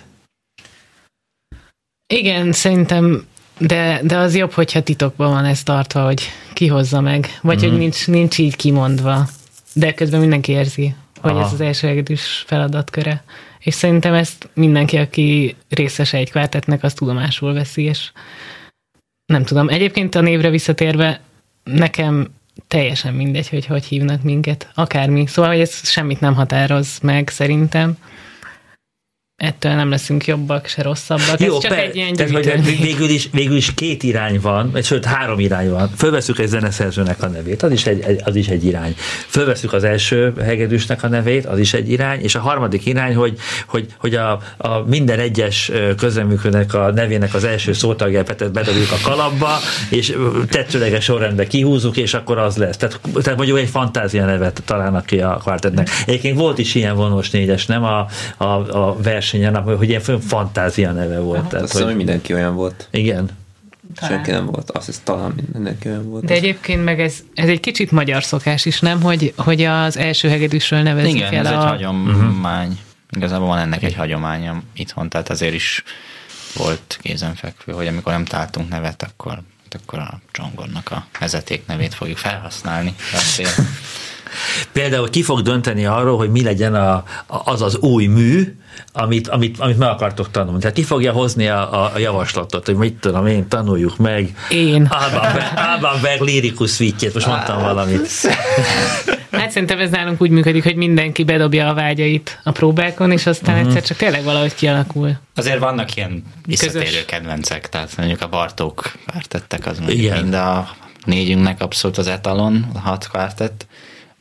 Igen, szerintem, de, de az jobb, hogyha titokban van ez tartva, hogy ki hozza meg, vagy mm-hmm. hogy nincs, nincs így kimondva, de közben mindenki érzi, hogy Aha. ez az elsőhegedűs feladatköre. És szerintem ezt mindenki, aki részese egy kvártettnek, az tudomásul veszi, és nem tudom. Egyébként a névre visszatérve, nekem teljesen mindegy, hogy hogy hívnak minket, akármi. Szóval, hogy ez semmit nem határoz meg szerintem. Ettől nem leszünk jobbak, se rosszabbak. Jó, ez csak per, egy ilyen tehát, hogy végül, is, végül is két irány van, sőt három irány van. Fölveszük egy zeneszerzőnek a nevét, az is egy, az is egy irány. Fölveszük az első hegedűsnek a nevét, az is egy irány, és a harmadik irány, hogy, hogy, hogy a, a minden egyes közreműködőnek a nevének az első szótagját bedobjuk a kalapba, és tetszőleges sorrendben kihúzzuk, és akkor az lesz. Tehát, tehát mondjuk egy fantázia nevet találnak ki a kvartettnek. Egyébként volt is ilyen vonós négyes, nem a, a, a versenyen, hogy ilyen fantázia neve volt. Aha, tehát, azt hiszem, hogy mindenki olyan volt. Igen. Talán. Senki nem volt. Azt hiszem, talán mindenki olyan volt. De egyébként meg ez, ez egy kicsit magyar szokás is, nem? Hogy, hogy az első hegedűsről nevezik Igen, el ez a... egy hagyomány. Uh-huh. Igazából van ennek egy hagyománya itthon, tehát azért is volt kézenfekvő, hogy amikor nem találtunk nevet, akkor, akkor a Csongornak a vezeték nevét fogjuk felhasználni. Például ki fog dönteni arról, hogy mi legyen a, az az új mű, amit, amit, amit meg akartok tanulni. Tehát ki fogja hozni a, a javaslatot, hogy mit tudom én, tanuljuk meg. Én. Alban Berg lírikus szvítjét, most mondtam valamit. Hát szerintem ez nálunk úgy működik, hogy mindenki bedobja a vágyait a próbákon, és aztán uh-huh. egyszer csak tényleg valahogy kialakul. Azért vannak ilyen visszatérő Közös. kedvencek, tehát mondjuk a Bartók kvártettek, az mondjuk mind a négyünknek abszolút az etalon, a hat kvártett.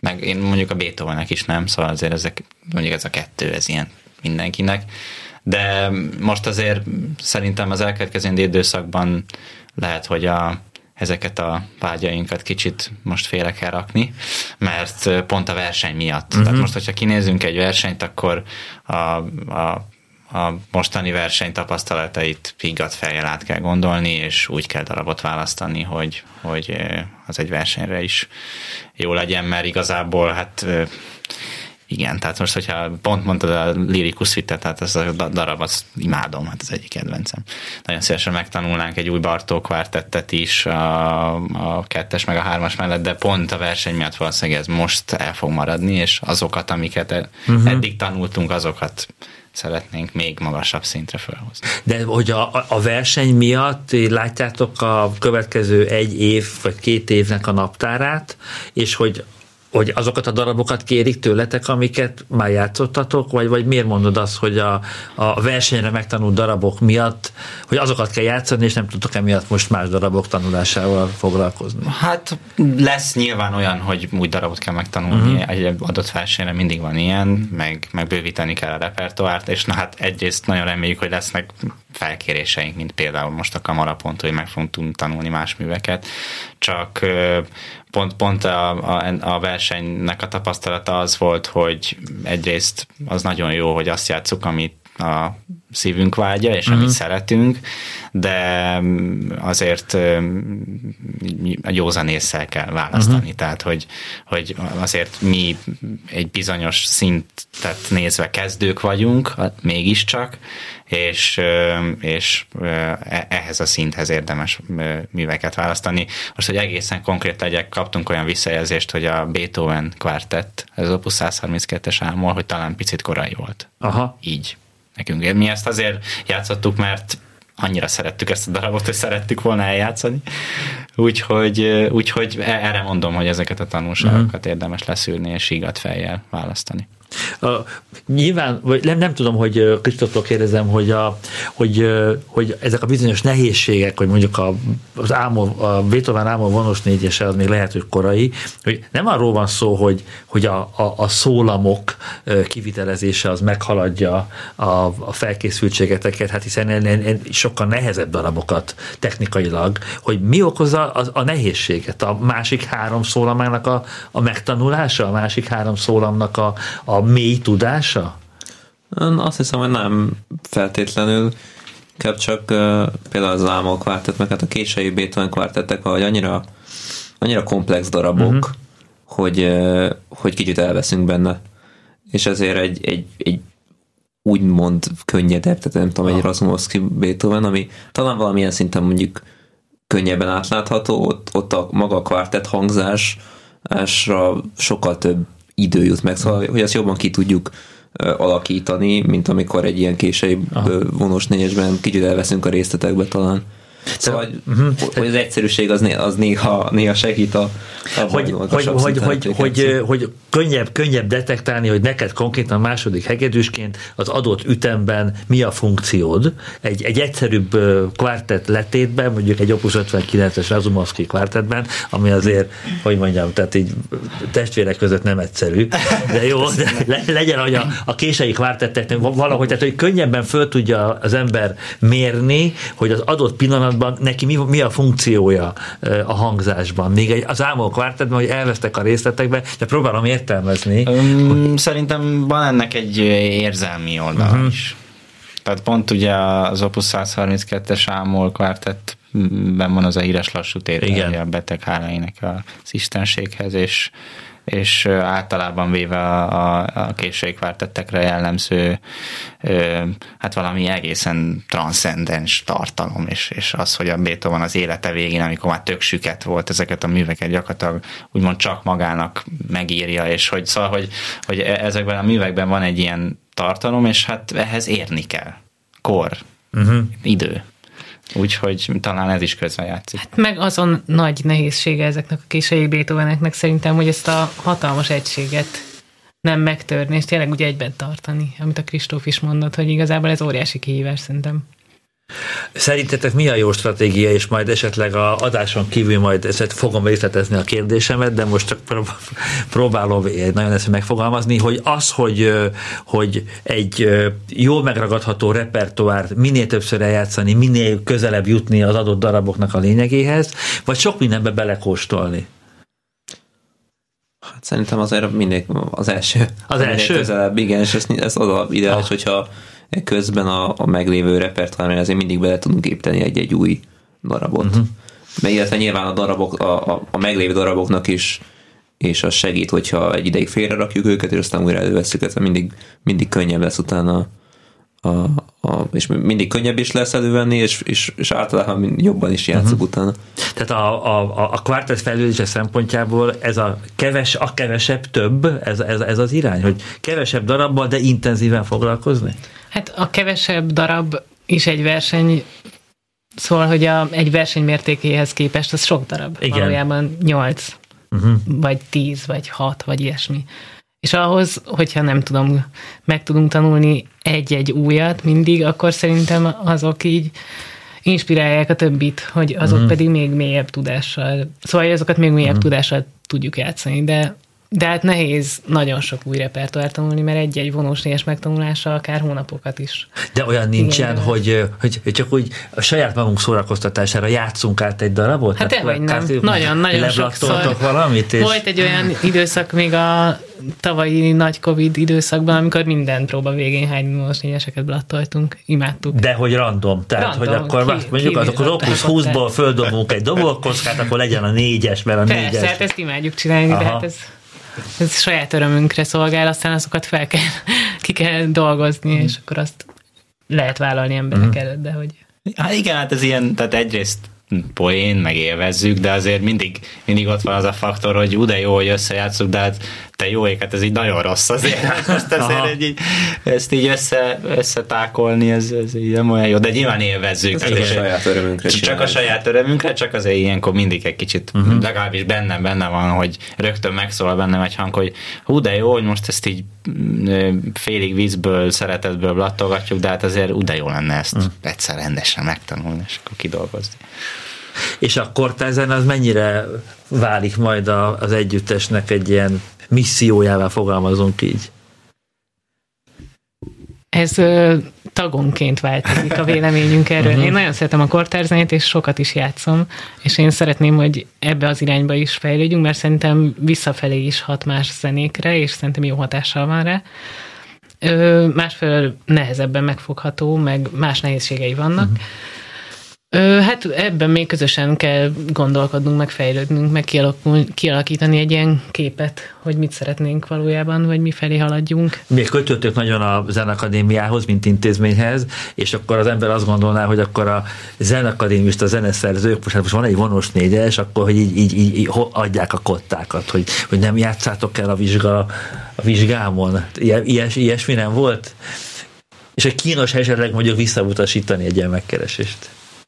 meg én mondjuk a Beethovennek is nem, szóval azért ezek, mondjuk ez a kettő, ez ilyen mindenkinek. De most azért szerintem az elkövetkező időszakban lehet, hogy a, ezeket a vágyainkat kicsit most félre kell rakni, mert pont a verseny miatt. Uh-huh. Tehát most, hogyha kinézünk egy versenyt, akkor a, a, a mostani verseny tapasztalatait higgadt fejjel át kell gondolni, és úgy kell darabot választani, hogy, hogy az egy versenyre is jó legyen, mert igazából hát igen, tehát most, hogyha pont mondtad a Lyricus Suite-et, tehát ez a darab, azt imádom, hát az egyik kedvencem. Nagyon szívesen megtanulnánk egy új Bartók kvártettet is, a, a kettes meg a hármas mellett, de pont a verseny miatt valószínűleg ez most el fog maradni, és azokat, amiket uh-huh. eddig tanultunk, azokat szeretnénk még magasabb szintre felhozni. De hogy a, a verseny miatt látjátok a következő egy év, vagy két évnek a naptárát, és hogy hogy azokat a darabokat kérik tőletek, amiket már játszottatok, vagy, vagy miért mondod azt, hogy a, a versenyre megtanult darabok miatt, hogy azokat kell játszani, és nem tudtok emiatt most más darabok tanulásával foglalkozni? Hát lesz nyilván olyan, hogy új darabot kell megtanulni, uh-huh. egy adott versenyre mindig van ilyen, meg, meg bővíteni kell a repertoárt, és na hát egyrészt nagyon reméljük, hogy lesznek felkéréseink, mint például most a Kamarapont, hogy meg fogunk tudni tanulni más műveket, csak pont, pont a, a, a versenynek a tapasztalata az volt, hogy egyrészt az nagyon jó, hogy azt játsszuk, amit a szívünk vágya, és uh-huh. amit szeretünk, de azért a józan ésszel kell választani. Uh-huh. Tehát, hogy, hogy azért mi egy bizonyos szintet nézve kezdők vagyunk, mégiscsak, és, és ehhez a szinthez érdemes műveket választani. Most, hogy egészen konkrét legyek, kaptunk olyan visszajelzést, hogy a Beethoven kvártett, az Opus száz harminckettes ámol, hogy talán picit korai volt. Aha. Így. Nekünk. Mi ezt azért játszottuk, mert annyira szerettük ezt a darabot, hogy szerettük volna eljátszani. Úgyhogy, úgyhogy erre mondom, hogy ezeket a tanulságokat uh-huh. érdemes leszűrni, és higgadt fejjel választani. Uh, nyilván, vagy nem, nem tudom, hogy Kristóftól kérdezem, hogy, a, hogy, hogy ezek a bizonyos nehézségek, hogy mondjuk a, az ámol, a Beethoven ámol vonos négyese az még lehet, hogy korai, hogy nem arról van szó, hogy, hogy a, a, a szólamok kivitelezése az meghaladja a, a felkészültségeteket, hát hiszen en, en, sokkal nehezebb darabokat technikailag, hogy mi okozza a, a nehézséget, a másik három szólamának a, a megtanulása, a másik három szólamnak a, a mély tudása? Azt hiszem, hogy nem feltétlenül, inkább csak uh, például az Ámol kvártett, meg hát a késői Beethoven kvártettek, ahogy annyira, annyira komplex darabok, uh-huh. hogy, uh, hogy kicsit elveszünk benne. És ezért egy, egy, egy úgymond könnyedebb, tehát nem tudom, egy Razumovsky Beethoven, ami talán valamilyen szinten mondjuk könnyebben átlátható, ott, ott a maga a kvártett hangzásra sokkal több idő jut meg, szóval, hogy azt jobban ki tudjuk uh, alakítani, mint amikor egy ilyen késői uh, vonós négyesben kicsit elveszünk a részletekbe talán. Szóval, uh-huh. hogy az egyszerűség az, né, az néha, néha segít a, a hogy, hogy, hogy, hogy, hogy, hogy könnyebb, könnyebb detektálni, hogy neked konkrétan második hegedűsként az adott ütemben mi a funkciód. Egy, egy egyszerűbb kvártett letétben, mondjuk egy Opus ötvenkilences Razumovsky kvártettben, ami azért, hogy mondjam, tehát így testvérek között nem egyszerű, de jó, de legyen, hogy a, a késői kvártetteknek valahogy, tehát hogy könnyebben föl tudja az ember mérni, hogy az adott pillanat neki mi, mi a funkciója a hangzásban. Még az Ámol kvártettben, hogy elvesztek a részletekbe, de próbálom értelmezni. Um, hogy... Szerintem van ennek egy érzelmi oldal uh-huh. is. Tehát pont ugye az Opus száz harminckettes Ámol kvártettben van az a híres lassú tétel, a beteg háláinek az istenséghez, és és általában véve a, a, a késői kvártettekre jellemző ö, hát valami egészen transzcendens tartalom, és, és az, hogy a Beethoven az élete végén, amikor már tök süket volt, ezeket a műveket gyakorlatilag úgymond csak magának megírja, és hogy szóval, hogy, hogy ezekben a művekben van egy ilyen tartalom, és hát ehhez érni kell. Kor, uh-huh. idő. Úgyhogy talán ez is közrejátszik. Hát meg azon nagy nehézsége ezeknek a késői Beethoveneknek szerintem, hogy ezt a hatalmas egységet nem megtörni, és tényleg úgy egyben tartani, amit a Kristóf is mondott, hogy igazából ez óriási kihívás szerintem. Szerintetek mi a jó stratégia, és majd esetleg a adáson kívül majd ezt fogom részletezni a kérdésemet, de most csak próbálom nagyon ezt megfogalmazni, hogy az, hogy, hogy egy jól megragadható repertoárt minél többször eljátszani, minél közelebb jutni az adott daraboknak a lényegéhez, vagy sok mindenbe belekóstolni? Hát szerintem azért mindig az első. Az első? Közelebb, igen, és ez, ez az a ideális, ah. hogyha közben a, a meglévő repertoárban azért mindig bele tudunk építeni egy-egy új darabot. Uh-huh. Mert illetve nyilván a darabok, a, a, a meglévő daraboknak is, és az segít, hogyha egy ideig félre rakjuk őket, és aztán újra elővesszük, ez mindig, mindig könnyebb lesz utána, a, a, és mindig könnyebb is lesz elővenni, és, és, és általában jobban is játszunk uh-huh. utána. Tehát a, a, a kvartett fejlődése szempontjából ez a, keves, a kevesebb több, ez, ez, ez az irány, hogy kevesebb darabbal, de intenzíven foglalkozni? Hát a kevesebb darab is egy verseny, szóval, hogy a, egy verseny mértékéhez képest az sok darab. Igen. Valójában nyolc, uh-huh. vagy tíz, vagy hat, vagy ilyesmi. És ahhoz, hogyha nem tudom, meg tudunk tanulni egy-egy újat mindig, akkor szerintem azok így inspirálják a többit, hogy azok uh-huh. pedig még mélyebb tudással, szóval azokat még mélyebb uh-huh. tudással tudjuk játszani, de De hát nehéz nagyon sok új repertoárt tanulni, mert egy-egy vonós négyes megtanulása akár hónapokat is. De olyan nincsen, hogy, hogy csak úgy a saját magunk szórakoztatására játszunk át egy darabot? Hát dehogy nem. Nagyon-nagyon sokszor. Valamit, és... Volt egy olyan időszak még a tavalyi nagy Covid időszakban, amikor minden próba végén hány vonós négyeseket blattoltunk, imádtuk. De hogy random, tehát random, hogy akkor ki, mondjuk az akkor Opus húszból földobunk egy dobolkockát, akkor legyen a négyes, mert a Persze, négyes. Persze, hát ezt imádjuk csinálni, Aha. de hát ez... Ez saját örömünkre szolgál, aztán azokat fel kell, ki kell dolgozni, mm. és akkor azt lehet vállalni emberek mm. előtt, de hogy... Hát igen, hát ez ilyen, tehát egyrészt poén, meg élvezzük, de azért mindig, mindig ott van az a faktor, hogy ú, de jó, hogy összejátszunk, de hát te jó éket, ez így nagyon rossz azért. Most ezért így, ezt így össze, összetákolni, ez, ez így nem olyan jó, de nyilván élvezzük. Csak a saját örömünkre. Csak a saját örömünkre, csak azért ilyenkor mindig egy kicsit, uh-huh. legalábbis bennem benne van, hogy rögtön megszólal bennem egy hang, hogy hú, de jó, hogy most ezt így félig vízből, szeretetből blattolgatjuk, de hát azért ú, de jó lenne ezt uh-huh. egyszer rendesen megtanulni, és akkor kidolgozni. És a kortázen az mennyire válik majd az együttesnek egy ilyen missziójává, fogalmazunk így? Ez ö, tagonként változik a véleményünk erről. Uh-huh. Én nagyon szeretem a kortárzenét, és sokat is játszom, és én szeretném, hogy ebbe az irányba is fejlődjünk, mert szerintem visszafelé is hat más zenékre, és szerintem jó hatással van rá. Ö, másfelől nehezebben megfogható, meg más nehézségei vannak. Uh-huh. Ö, hát ebben még közösen kell gondolkodnunk, meg fejlődnünk, meg kialakítani egy ilyen képet, hogy mit szeretnénk valójában, vagy mi felé haladjunk. Még kötöttök nagyon a Zenakadémiához, mint intézményhez, és akkor az ember azt gondolná, hogy akkor a zenakadémista, a zeneszerzők, most, hát most van egy vonós négyes, akkor hogy így, így, így, így adják a kottákat, hogy, hogy nem játszátok el a, vizsga, a vizsgámon. Ilyes, ilyesmi nem volt? És egy kínos esetleg mondjuk visszautasítani egy ilyen megkeresést.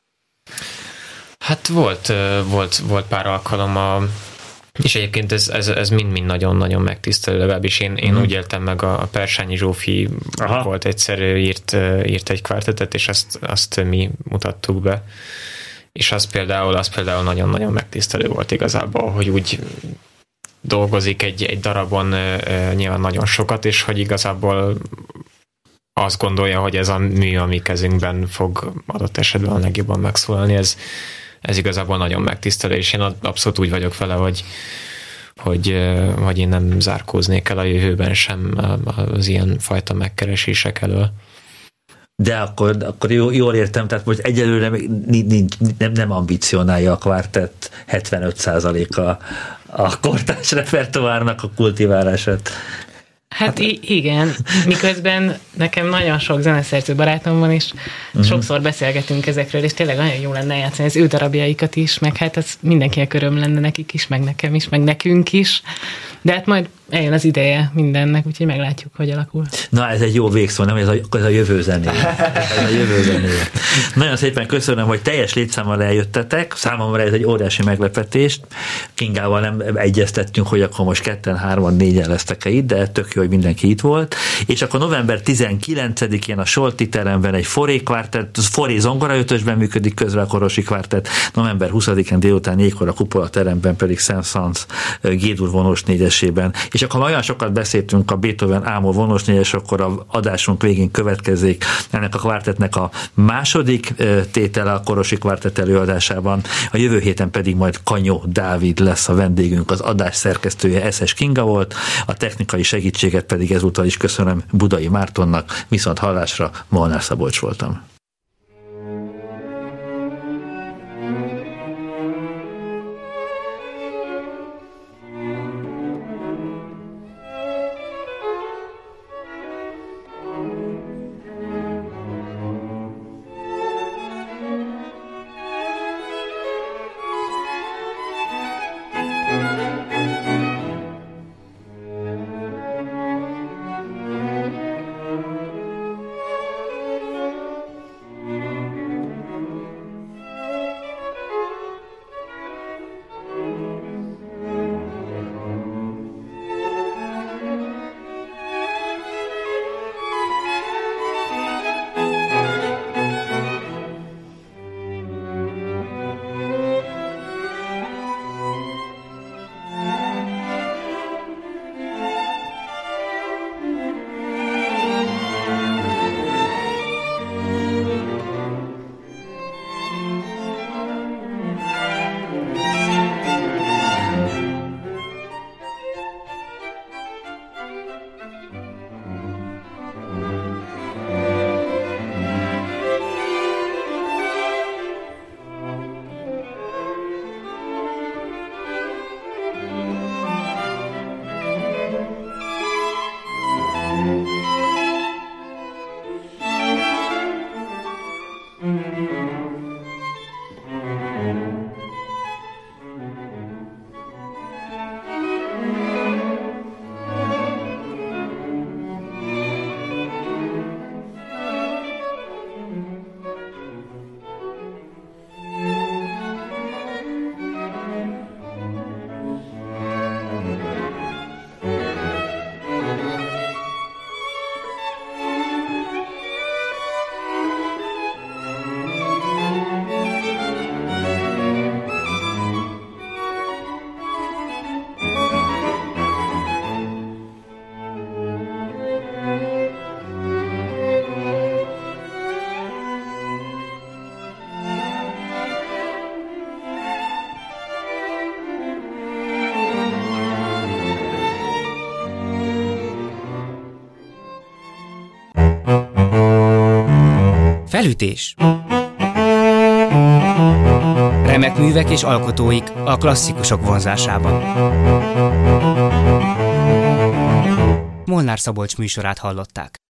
Hát volt, volt, volt pár alkalom, a, és egyébként ez, ez, ez mind-mind nagyon-nagyon megtisztelő, legalábbis én, én mm. úgy éltem meg, a, a Persányi Zsófi Aha. volt egyszer, írt, írt egy kvártetet, és azt, azt mi mutattuk be. És az például, az például nagyon-nagyon megtisztelő volt igazából, hogy úgy dolgozik egy, egy darabon nyilván nagyon sokat, és hogy igazából azt gondolja, hogy ez a mű, ami kezünkben fog adott esetben a legjobban megszólalni, ez, ez igazából nagyon megtisztelő, és én abszolút úgy vagyok vele, hogy, hogy, hogy én nem zárkóznék el a jövőben sem az ilyen fajta megkeresések elől. De akkor, akkor jól értem, tehát most egyelőre nincs, nem, nem ambicionálja a kvártett hetvenöt százaléka a kortárs repertoárnak a kultiválását. Hát igen, miközben nekem nagyon sok zeneszerző barátom van, és uh-huh. sokszor beszélgetünk ezekről, és tényleg nagyon jó lenne játszani az ő darabjaikat is, meg hát ez mindenkinek öröm lenne nekik is, meg nekem is, meg nekünk is, De hát majd eljön az ideje mindennek, úgyhogy meglátjuk, hogy alakul. Na, ez egy jó végszó, nem? Ez a, ez a jövő zené. Ez a jövő zené. Nagyon szépen köszönöm, hogy teljes létszámmal eljöttetek. Számomra ez egy óriási meglepetés. Kingával nem egyeztettünk, hogy akkor most ketten, hárman, négyen lesztek-e itt, de tök jó, hogy mindenki itt volt. És akkor november tizenkilencedikén a Solti teremben egy foré kvártett, foré zongoraötösben működik közre a Korosi kvártett, november huszadikán délután négykor a Kupola teremben pedig Saint-Saëns G-dur vonós négyesében. És akkor olyan sokat beszéltünk a Beethoven Ámol vonós négyes, akkor a adásunk végén következik ennek a kvártettnek a második tétele a Korosi kvártett előadásában. A jövő héten pedig majd Kanyó Dávid lesz a vendégünk, az adás szerkesztője Eszes Kinga volt, a technikai segítséget pedig ezúttal is köszönöm Budai Mártonnak, viszont hallásra Molnár Szabolcs voltam. Felütés. Remek művek és alkotóik a klasszikusok vonzásában. Molnár Szabolcs műsorát hallották.